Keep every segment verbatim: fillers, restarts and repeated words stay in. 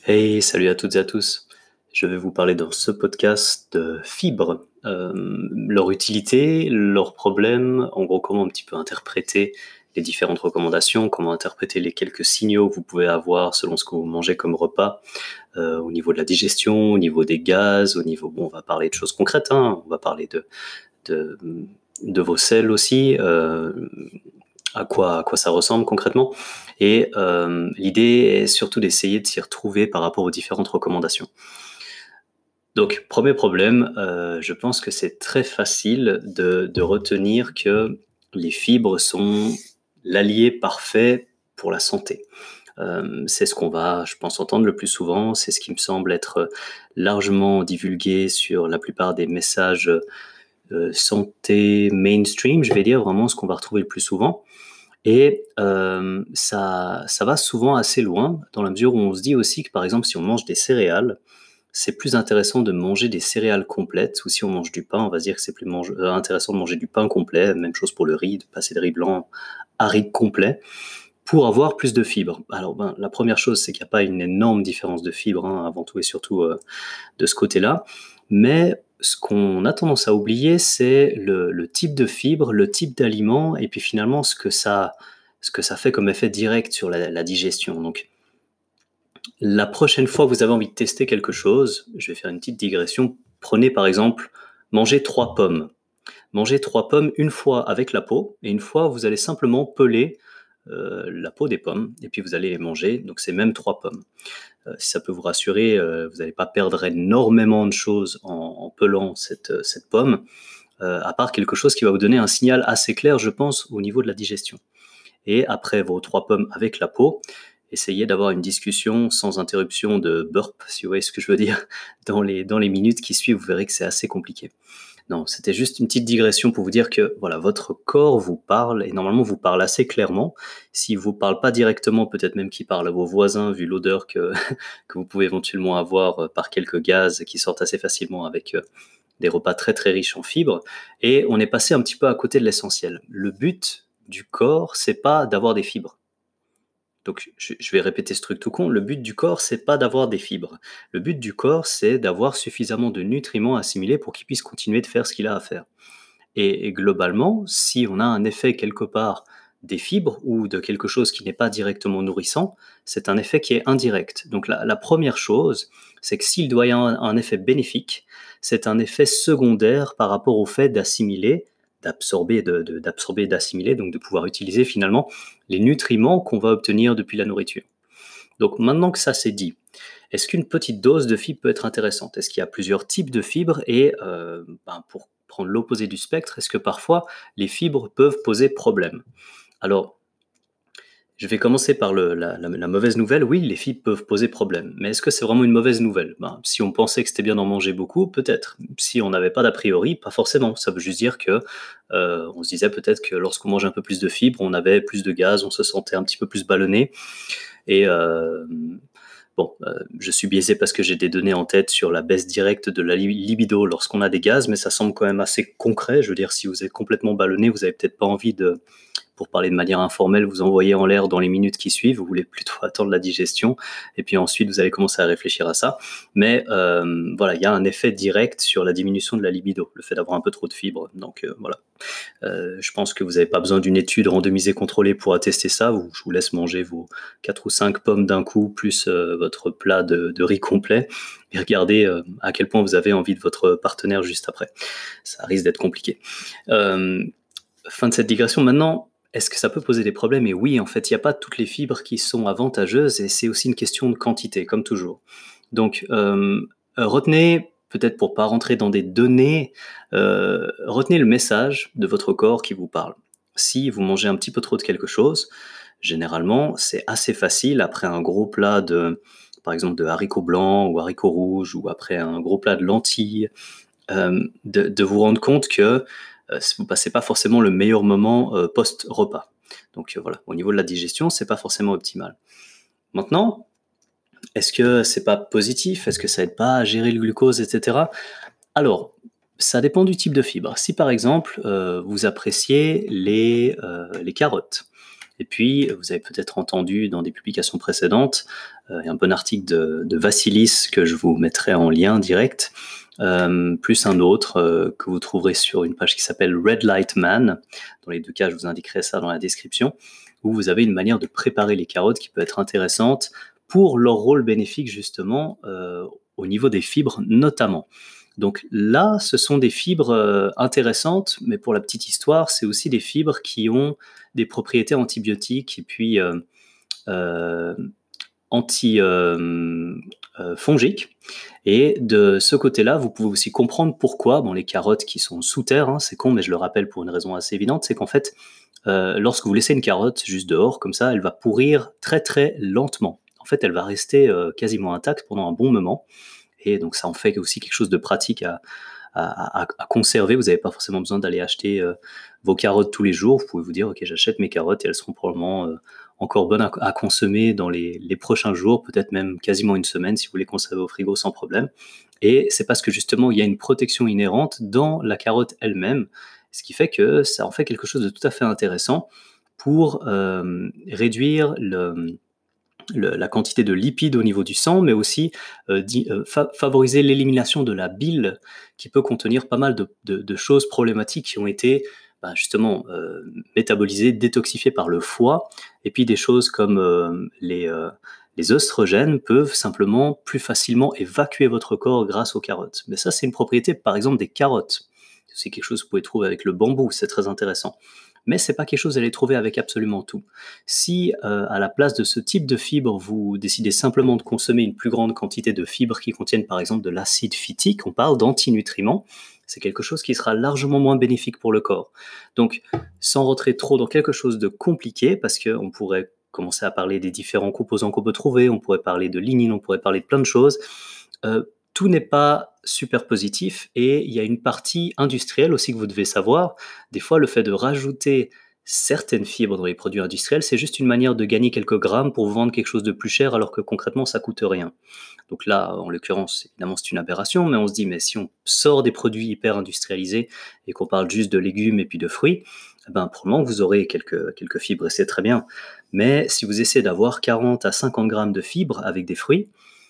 Hey, salut à toutes et à tous. Je vais vous parler dans ce podcast de fibres, euh, leur utilité, leurs problèmes, en gros comment un petit peu interpréter les différentes recommandations, comment interpréter les quelques signaux que vous pouvez avoir selon ce que vous mangez comme repas, euh, au niveau de la digestion, au niveau des gaz, au niveau, bon, on va parler de choses concrètes, hein, on va parler de, de, de vos selles aussi, euh, à quoi, à quoi ça ressemble concrètement. Et euh, l'idée est surtout d'essayer de s'y retrouver par rapport aux différentes recommandations. Donc, premier problème, euh, je pense que c'est très facile de, de retenir que les fibres sont l'allié parfait pour la santé. Euh, c'est ce qu'on va, je pense, entendre le plus souvent, c'est ce qui me semble être largement divulgué sur la plupart des messages euh, santé mainstream, je vais dire, vraiment ce qu'on va retrouver le plus souvent. Et euh, ça, ça va souvent assez loin, dans la mesure où on se dit aussi que, par exemple, si on mange des céréales, c'est plus intéressant de manger des céréales complètes, ou si on mange du pain, on va se dire que c'est plus mange- euh, intéressant de manger du pain complet, même chose pour le riz, de passer de riz blanc à riz complet, pour avoir plus de fibres. Alors, ben, la première chose, c'est qu'il n'y a pas une énorme différence de fibres, hein, avant tout et surtout euh, de ce côté-là, mais ce qu'on a tendance à oublier, c'est le, le type de fibre, le type d'aliment, et puis finalement ce que ça, ce que ça fait comme effet direct sur la, la digestion. Donc, la prochaine fois que vous avez envie de tester quelque chose, je vais faire une petite digression. Prenez par exemple, mangez trois pommes. Mangez trois pommes une fois avec la peau, et une fois vous allez simplement peler euh, la peau des pommes, et puis vous allez les manger. Donc c'est même trois pommes. Euh, si ça peut vous rassurer, euh, vous n'allez pas perdre énormément de choses en, en pelant cette, cette pomme, euh, à part quelque chose qui va vous donner un signal assez clair, je pense, au niveau de la digestion. Et après vos trois pommes avec la peau, essayez d'avoir une discussion sans interruption de burp, si vous voyez ce que je veux dire, dans les, dans les minutes qui suivent, vous verrez que c'est assez compliqué. Non, c'était juste une petite digression pour vous dire que voilà, votre corps vous parle, et normalement vous parle assez clairement. S'il vous parle pas directement, peut-être même qu'il parle à vos voisins, vu l'odeur que, que vous pouvez éventuellement avoir euh, par quelques gaz qui sortent assez facilement avec euh, des repas très très riches en fibres. Et on est passé un petit peu à côté de l'essentiel. Le but du corps, c'est pas d'avoir des fibres. Donc, je, je vais répéter ce truc tout con. Le but du corps, c'est pas d'avoir des fibres. Le but du corps, c'est d'avoir suffisamment de nutriments assimilés pour qu'il puisse continuer de faire ce qu'il a à faire. Et, et globalement, si on a un effet quelque part des fibres ou de quelque chose qui n'est pas directement nourrissant, c'est un effet qui est indirect. Donc la, la première chose, c'est que s'il doit y avoir un, un effet bénéfique, c'est un effet secondaire par rapport au fait d'assimiler, d'absorber, de, de, d'absorber, d'assimiler, donc de pouvoir utiliser finalement les nutriments qu'on va obtenir depuis la nourriture. Donc maintenant que ça c'est dit, est-ce qu'une petite dose de fibres peut être intéressante? Est-ce qu'il y a plusieurs types de fibres? Et euh, ben, pour prendre l'opposé du spectre, est-ce que parfois les fibres peuvent poser problème? Alors, je vais commencer par le, la, la, la mauvaise nouvelle. Oui, les fibres peuvent poser problème. Mais est-ce que c'est vraiment une mauvaise nouvelle? Ben, si on pensait que c'était bien d'en manger beaucoup, peut-être. Si on n'avait pas d'a priori, pas forcément. Ça veut juste dire que euh, on se disait peut-être que lorsqu'on mange un peu plus de fibres, on avait plus de gaz, on se sentait un petit peu plus ballonné. Et euh, bon, euh, je suis biaisé parce que j'ai des données en tête sur la baisse directe de la libido lorsqu'on a des gaz, mais ça semble quand même assez concret. Je veux dire, si vous êtes complètement ballonné, vous avez peut-être pas envie de, pour parler de manière informelle, vous envoyer en l'air dans les minutes qui suivent. Vous voulez plutôt attendre la digestion, et puis ensuite vous allez commencer à réfléchir à ça. Mais euh, voilà, il y a un effet direct sur la diminution de la libido, le fait d'avoir un peu trop de fibres. Donc euh, voilà. Euh, je pense que vous n'avez pas besoin d'une étude randomisée contrôlée pour attester ça. Vous, je vous laisse manger vos quatre ou cinq pommes d'un coup, plus euh, votre plat de, de riz complet, et regardez euh, à quel point vous avez envie de votre partenaire juste après. Ça risque d'être compliqué. Euh, fin de cette digression. Maintenant, est-ce que ça peut poser des problèmes? Et oui, en fait, il n'y a pas toutes les fibres qui sont avantageuses, et c'est aussi une question de quantité, comme toujours. Donc, euh, retenez, peut-être pour pas rentrer dans des données, euh, retenez le message de votre corps qui vous parle. Si vous mangez un petit peu trop de quelque chose, généralement, c'est assez facile, après un gros plat de, par exemple, de haricots blancs ou haricots rouges, ou après un gros plat de lentilles, euh, de, de vous rendre compte que euh, vous passez pas forcément le meilleur moment euh, post-repas. Donc euh, voilà, au niveau de la digestion, c'est pas forcément optimal. Maintenant, est-ce que c'est pas positif? Est-ce que ça aide pas à gérer le glucose, et cetera? Alors, ça dépend du type de fibre. Si par exemple, euh, vous appréciez les, euh, les carottes, Et puis, vous avez peut-être entendu dans des publications précédentes, euh, il y a un bon article de, de Vassilis que je vous mettrai en lien direct, euh, plus un autre euh, que vous trouverez sur une page qui s'appelle Red Light Man. Dans les deux cas, je vous indiquerai ça dans la description, où vous avez une manière de préparer les carottes qui peut être intéressante pour leur rôle bénéfique justement euh, au niveau des fibres notamment. Donc là, ce sont des fibres euh, intéressantes, mais pour la petite histoire, c'est aussi des fibres qui ont des propriétés antibiotiques et puis euh, euh, anti-fongiques. Euh, euh, et de ce côté-là, vous pouvez aussi comprendre pourquoi, bon, les carottes qui sont sous terre, hein, c'est con, mais je le rappelle pour une raison assez évidente, c'est qu'en fait, euh, lorsque vous laissez une carotte juste dehors, comme ça, elle va pourrir très très lentement. En fait, elle va rester euh, quasiment intacte pendant un bon moment. Et donc ça en fait aussi quelque chose de pratique à, à, à, à conserver. Vous n'avez pas forcément besoin d'aller acheter euh, vos carottes tous les jours. Vous pouvez vous dire, ok, j'achète mes carottes et elles seront probablement euh, encore bonnes à, à consommer dans les, les prochains jours, peut-être même quasiment une semaine si vous les conservez au frigo sans problème. Et c'est parce que justement il y a une protection inhérente dans la carotte elle-même, ce qui fait que ça en fait quelque chose de tout à fait intéressant pour euh, réduire le Le, la quantité de lipides au niveau du sang, mais aussi euh, di, euh, fa- favoriser l'élimination de la bile qui peut contenir pas mal de, de, de choses problématiques qui ont été bah, justement euh, métabolisées, détoxifiées par le foie, et puis des choses comme euh, les, euh, les œstrogènes peuvent simplement plus facilement évacuer votre corps grâce aux carottes. Mais ça, c'est une propriété par exemple des carottes. C'est quelque chose que vous pouvez trouver avec le bambou, c'est très intéressant. Mais c'est pas quelque chose à les trouver avec absolument tout. Si euh, à la place de ce type de fibres, vous décidez simplement de consommer une plus grande quantité de fibres qui contiennent par exemple de l'acide phytique, on parle d'antinutriments, c'est quelque chose qui sera largement moins bénéfique pour le corps. Donc, sans rentrer trop dans quelque chose de compliqué, parce qu'on pourrait commencer à parler des différents composants qu'on peut trouver, on pourrait parler de lignine, on pourrait parler de plein de choses, euh, tout n'est pas super positif et il y a une partie industrielle aussi que vous devez savoir. Des fois, le fait de rajouter certaines fibres dans les produits industriels, c'est juste une manière de gagner quelques grammes pour vendre quelque chose de plus cher alors que concrètement, ça coûte rien. Donc là, en l'occurrence, évidemment, c'est une aberration, mais on se dit, mais si on sort des produits hyper industrialisés et qu'on parle juste de légumes et puis de fruits, eh ben, pour le moment, vous aurez quelques, quelques fibres et c'est très bien. Mais si vous essayez d'avoir quarante à cinquante grammes de fibres avec des fruits,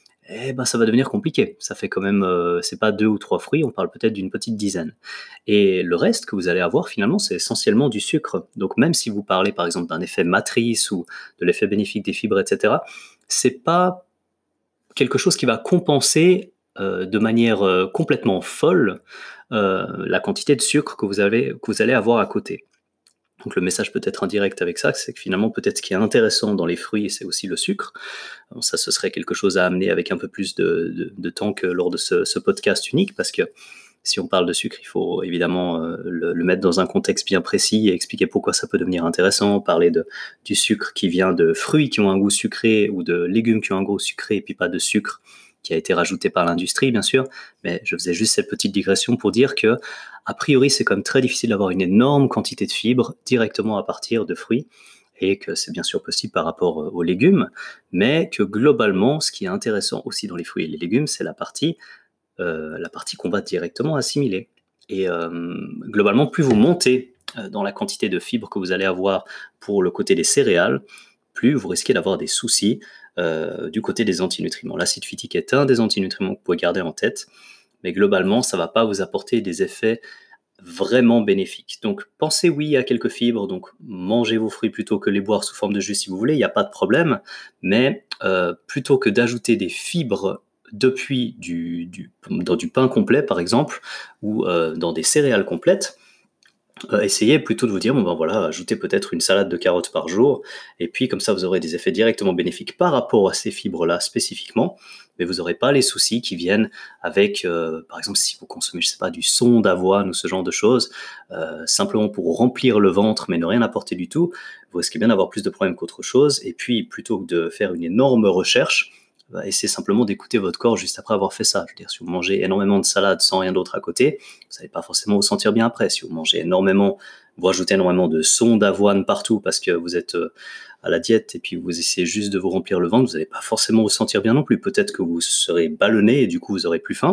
eh ben, ça va devenir compliqué. Ça fait quand même, euh, c'est pas deux ou trois fruits, on parle peut-être d'une petite dizaine. Et le reste que vous allez avoir, finalement, c'est essentiellement du sucre. Donc même si vous parlez, par exemple, d'un effet matrice ou de l'effet bénéfique des fibres, et cetera, c'est pas quelque chose qui va compenser euh, de manière euh, complètement folle euh, la quantité de sucre que vous, avez, que vous allez avoir à côté. Donc le message peut être indirect avec ça, c'est que finalement peut-être ce qui est intéressant dans les fruits, c'est aussi le sucre. Alors ça, ce serait quelque chose à amener avec un peu plus de, de, de temps que lors de ce, ce podcast unique, parce que si on parle de sucre, il faut évidemment euh, le, le mettre dans un contexte bien précis et expliquer pourquoi ça peut devenir intéressant, parler de, du sucre qui vient de fruits qui ont un goût sucré ou de légumes qui ont un goût sucré et puis pas de sucre qui a été rajouté par l'industrie, bien sûr, mais je faisais juste cette petite digression pour dire que, a priori, c'est quand même très difficile d'avoir une énorme quantité de fibres directement à partir de fruits, et que c'est bien sûr possible par rapport aux légumes, mais que globalement, ce qui est intéressant aussi dans les fruits et les légumes, c'est la partie, euh, la partie qu'on va directement assimiler. Et euh, globalement, plus vous montez dans la quantité de fibres que vous allez avoir pour le côté des céréales, plus vous risquez d'avoir des soucis euh, du côté des antinutriments. L'acide phytique est un des antinutriments que vous pouvez garder en tête, mais globalement, ça ne va pas vous apporter des effets vraiment bénéfiques. Donc, pensez oui à quelques fibres, donc mangez vos fruits plutôt que les boire sous forme de jus si vous voulez, il n'y a pas de problème, mais euh, plutôt que d'ajouter des fibres depuis du, du, dans du pain complet, par exemple, ou euh, dans des céréales complètes, Euh, essayez plutôt de vous dire, bon ben voilà, ajoutez peut-être une salade de carottes par jour, et puis comme ça vous aurez des effets directement bénéfiques par rapport à ces fibres-là spécifiquement, mais vous n'aurez pas les soucis qui viennent avec, euh, par exemple, si vous consommez, je sais pas, du son d'avoine ou ce genre de choses, euh, simplement pour remplir le ventre mais ne rien apporter du tout, vous risquez bien d'avoir plus de problèmes qu'autre chose, et puis plutôt que de faire une énorme recherche, bah, essayez simplement d'écouter votre corps juste après avoir fait ça. Je veux dire, si vous mangez énormément de salade sans rien d'autre à côté, vous n'allez pas forcément vous sentir bien après. Si vous mangez énormément, vous rajoutez énormément de son d'avoine partout parce que vous êtes euh, à la diète et puis vous essayez juste de vous remplir le ventre, vous n'allez pas forcément vous sentir bien non plus. Peut-être que vous serez ballonné et du coup vous aurez plus faim,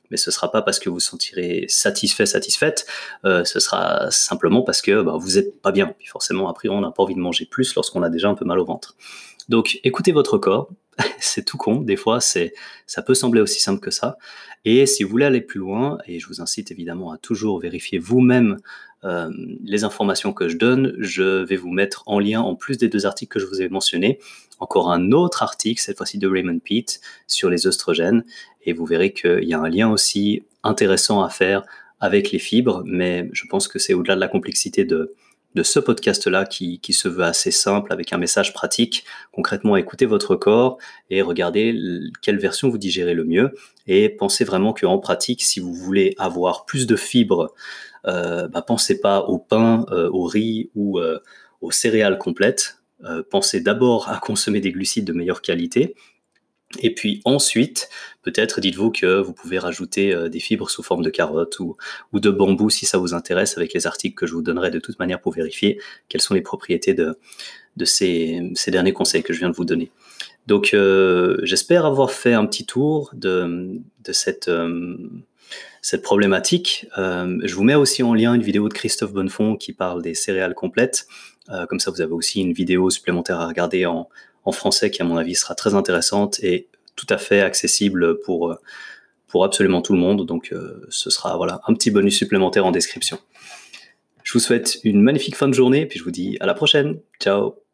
mais ce ne sera pas parce que vous vous sentirez satisfait, satisfaite, euh, ce sera simplement parce que bah, vous n'êtes pas bien. Puis forcément, après, on n'a pas envie de manger plus lorsqu'on a déjà un peu mal au ventre. Donc, écoutez votre corps. C'est tout con, des fois, c'est, ça peut sembler aussi simple que ça. Et si vous voulez aller plus loin, et je vous incite évidemment à toujours vérifier vous-même euh, les informations que je donne, je vais vous mettre en lien, en plus des deux articles que je vous ai mentionnés, encore un autre article, cette fois-ci de Raymond Peat, sur les œstrogènes, et vous verrez qu'il y a un lien aussi intéressant à faire avec les fibres, mais je pense que c'est au-delà de la complexité de de ce podcast-là qui, qui se veut assez simple, avec un message pratique. Concrètement, écoutez votre corps et regardez quelle version vous digérez le mieux. Et pensez vraiment qu'en pratique, si vous voulez avoir plus de fibres, euh, bah, pensez pas au pain, euh, au riz ou euh, aux céréales complètes. Euh, pensez d'abord à consommer des glucides de meilleure qualité. Et puis ensuite, peut-être dites-vous que vous pouvez rajouter euh, des fibres sous forme de carottes ou, ou de bambou si ça vous intéresse, avec les articles que je vous donnerai de toute manière pour vérifier quelles sont les propriétés de, de ces, ces derniers conseils que je viens de vous donner. Donc euh, j'espère avoir fait un petit tour de, de cette, euh, cette problématique. Euh, je vous mets aussi en lien une vidéo de Christophe Bonnefond qui parle des céréales complètes. Euh, comme ça, vous avez aussi une vidéo supplémentaire à regarder en, en français qui, à mon avis, sera très intéressante et tout à fait accessible pour, pour absolument tout le monde. Donc, euh, ce sera voilà, un petit bonus supplémentaire en description. Je vous souhaite une magnifique fin de journée et puis je vous dis à la prochaine. Ciao!